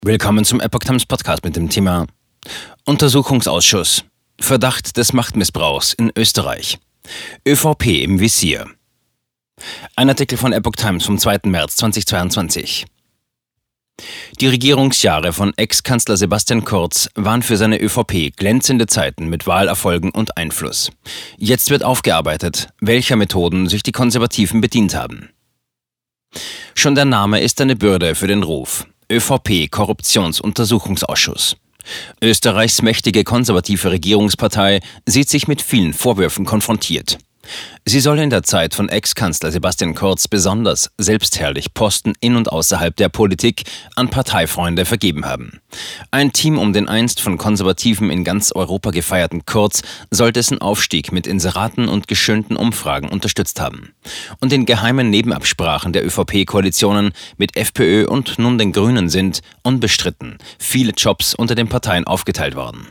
Willkommen zum Epoch Times Podcast mit dem Thema Untersuchungsausschuss. Verdacht des Machtmissbrauchs in Österreich. ÖVP im Visier. Ein Artikel von Epoch Times vom 2. März 2022. Die Regierungsjahre von Ex-Kanzler Sebastian Kurz waren für seine ÖVP glänzende Zeiten mit Wahlerfolgen und Einfluss. Jetzt wird aufgearbeitet, welcher Methoden sich die Konservativen bedient haben. Schon der Name ist eine Bürde für den Ruf. ÖVP-Korruptionsuntersuchungsausschuss. Österreichs mächtige konservative Regierungspartei sieht sich mit vielen Vorwürfen konfrontiert. Sie soll in der Zeit von Ex-Kanzler Sebastian Kurz besonders selbstherrlich Posten in und außerhalb der Politik an Parteifreunde vergeben haben. Ein Team um den einst von Konservativen in ganz Europa gefeierten Kurz soll dessen Aufstieg mit Inseraten und geschönten Umfragen unterstützt haben. Und in geheimen Nebenabsprachen der ÖVP-Koalitionen mit FPÖ und nun den Grünen sind, unbestritten, viele Jobs unter den Parteien aufgeteilt worden.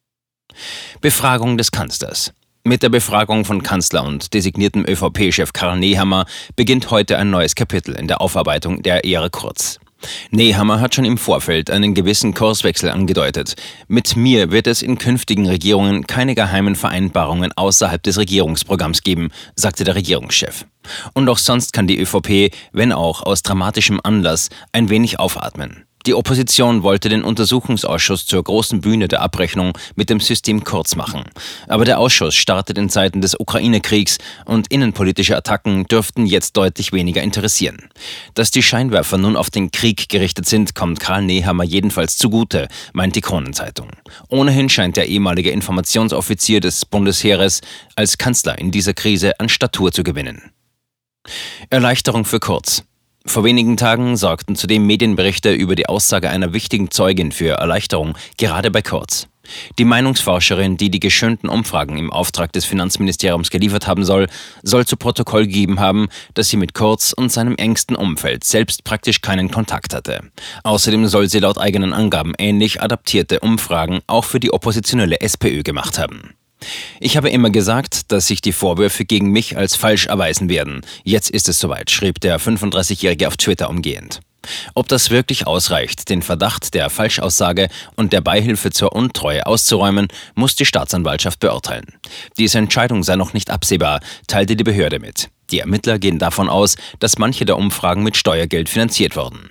Befragung des Kanzlers. Mit der Befragung von Kanzler und designiertem ÖVP-Chef Karl Nehammer beginnt heute ein neues Kapitel in der Aufarbeitung der Ära Kurz. Nehammer hat schon im Vorfeld einen gewissen Kurswechsel angedeutet. Mit mir wird es in künftigen Regierungen keine geheimen Vereinbarungen außerhalb des Regierungsprogramms geben, sagte der Regierungschef. Und auch sonst kann die ÖVP, wenn auch aus dramatischem Anlass, ein wenig aufatmen. Die Opposition wollte den Untersuchungsausschuss zur großen Bühne der Abrechnung mit dem System Kurz machen. Aber der Ausschuss startet in Zeiten des Ukraine-Kriegs und innenpolitische Attacken dürften jetzt deutlich weniger interessieren. Dass die Scheinwerfer nun auf den Krieg gerichtet sind, kommt Karl Nehammer jedenfalls zugute, meint die Kronenzeitung. Ohnehin scheint der ehemalige Informationsoffizier des Bundesheeres als Kanzler in dieser Krise an Statur zu gewinnen. Erleichterung für Kurz. Vor wenigen Tagen sorgten zudem Medienberichte über die Aussage einer wichtigen Zeugin für Erleichterung, gerade bei Kurz. Die Meinungsforscherin, die die geschönten Umfragen im Auftrag des Finanzministeriums geliefert haben soll zu Protokoll gegeben haben, dass sie mit Kurz und seinem engsten Umfeld selbst praktisch keinen Kontakt hatte. Außerdem soll sie laut eigenen Angaben ähnlich adaptierte Umfragen auch für die oppositionelle SPÖ gemacht haben. Ich habe immer gesagt, dass sich die Vorwürfe gegen mich als falsch erweisen werden. Jetzt ist es soweit, schrieb der 35-Jährige auf Twitter umgehend. Ob das wirklich ausreicht, den Verdacht der Falschaussage und der Beihilfe zur Untreue auszuräumen, muss die Staatsanwaltschaft beurteilen. Diese Entscheidung sei noch nicht absehbar, teilte die Behörde mit. Die Ermittler gehen davon aus, dass manche der Umfragen mit Steuergeld finanziert wurden.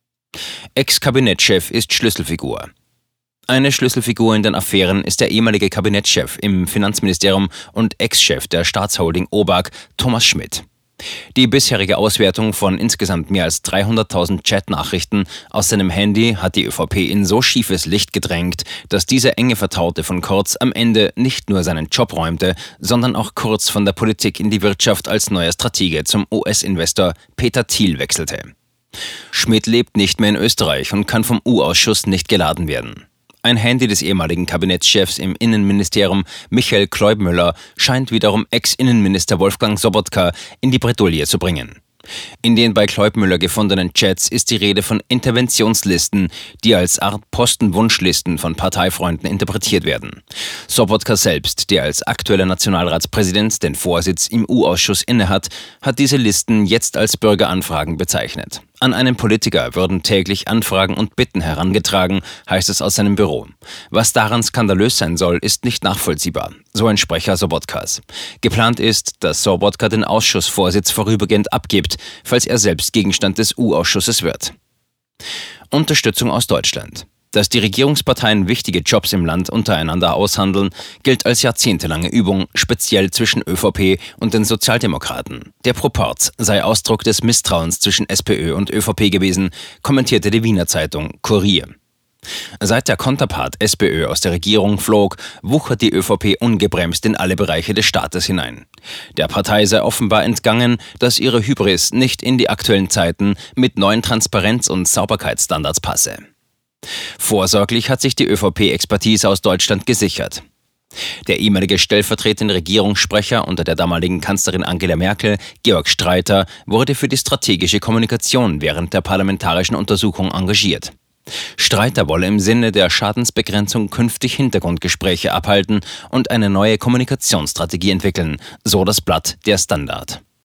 Ex-Kabinettschef ist Schlüsselfigur. Eine Schlüsselfigur in den Affären ist der ehemalige Kabinettschef im Finanzministerium und Ex-Chef der Staatsholding ÖBAG, Thomas Schmidt. Die bisherige Auswertung von insgesamt mehr als 300.000 Chatnachrichten aus seinem Handy hat die ÖVP in so schiefes Licht gedrängt, dass dieser enge Vertraute von Kurz am Ende nicht nur seinen Job räumte, sondern auch Kurz von der Politik in die Wirtschaft als neuer Stratege zum US-Investor Peter Thiel wechselte. Schmidt lebt nicht mehr in Österreich und kann vom U-Ausschuss nicht geladen werden. Ein Handy des ehemaligen Kabinettschefs im Innenministerium Michael Kleubmüller scheint wiederum Ex-Innenminister Wolfgang Sobotka in die Bredouille zu bringen. In den bei Kleubmüller gefundenen Chats ist die Rede von Interventionslisten, die als Art Postenwunschlisten von Parteifreunden interpretiert werden. Sobotka selbst, der als aktueller Nationalratspräsident den Vorsitz im U-Ausschuss innehat, hat diese Listen jetzt als Bürgeranfragen bezeichnet. An einen Politiker würden täglich Anfragen und Bitten herangetragen, heißt es aus seinem Büro. Was daran skandalös sein soll, ist nicht nachvollziehbar, so ein Sprecher Sobotkas. Geplant ist, dass Sobotka den Ausschussvorsitz vorübergehend abgibt, falls er selbst Gegenstand des U-Ausschusses wird. Unterstützung aus Deutschland. Dass die Regierungsparteien wichtige Jobs im Land untereinander aushandeln, gilt als jahrzehntelange Übung, speziell zwischen ÖVP und den Sozialdemokraten. Der Proport sei Ausdruck des Misstrauens zwischen SPÖ und ÖVP gewesen, kommentierte die Wiener Zeitung Kurier. Seit der Konterpart SPÖ aus der Regierung flog, wuchert die ÖVP ungebremst in alle Bereiche des Staates hinein. Der Partei sei offenbar entgangen, dass ihre Hybris nicht in die aktuellen Zeiten mit neuen Transparenz- und Sauberkeitsstandards passe. Vorsorglich hat sich die ÖVP-Expertise aus Deutschland gesichert. Der ehemalige stellvertretende Regierungssprecher unter der damaligen Kanzlerin Angela Merkel, Georg Streiter, wurde für die strategische Kommunikation während der parlamentarischen Untersuchung engagiert. Streiter wolle im Sinne der Schadensbegrenzung künftig Hintergrundgespräche abhalten und eine neue Kommunikationsstrategie entwickeln, so das Blatt Der Standard.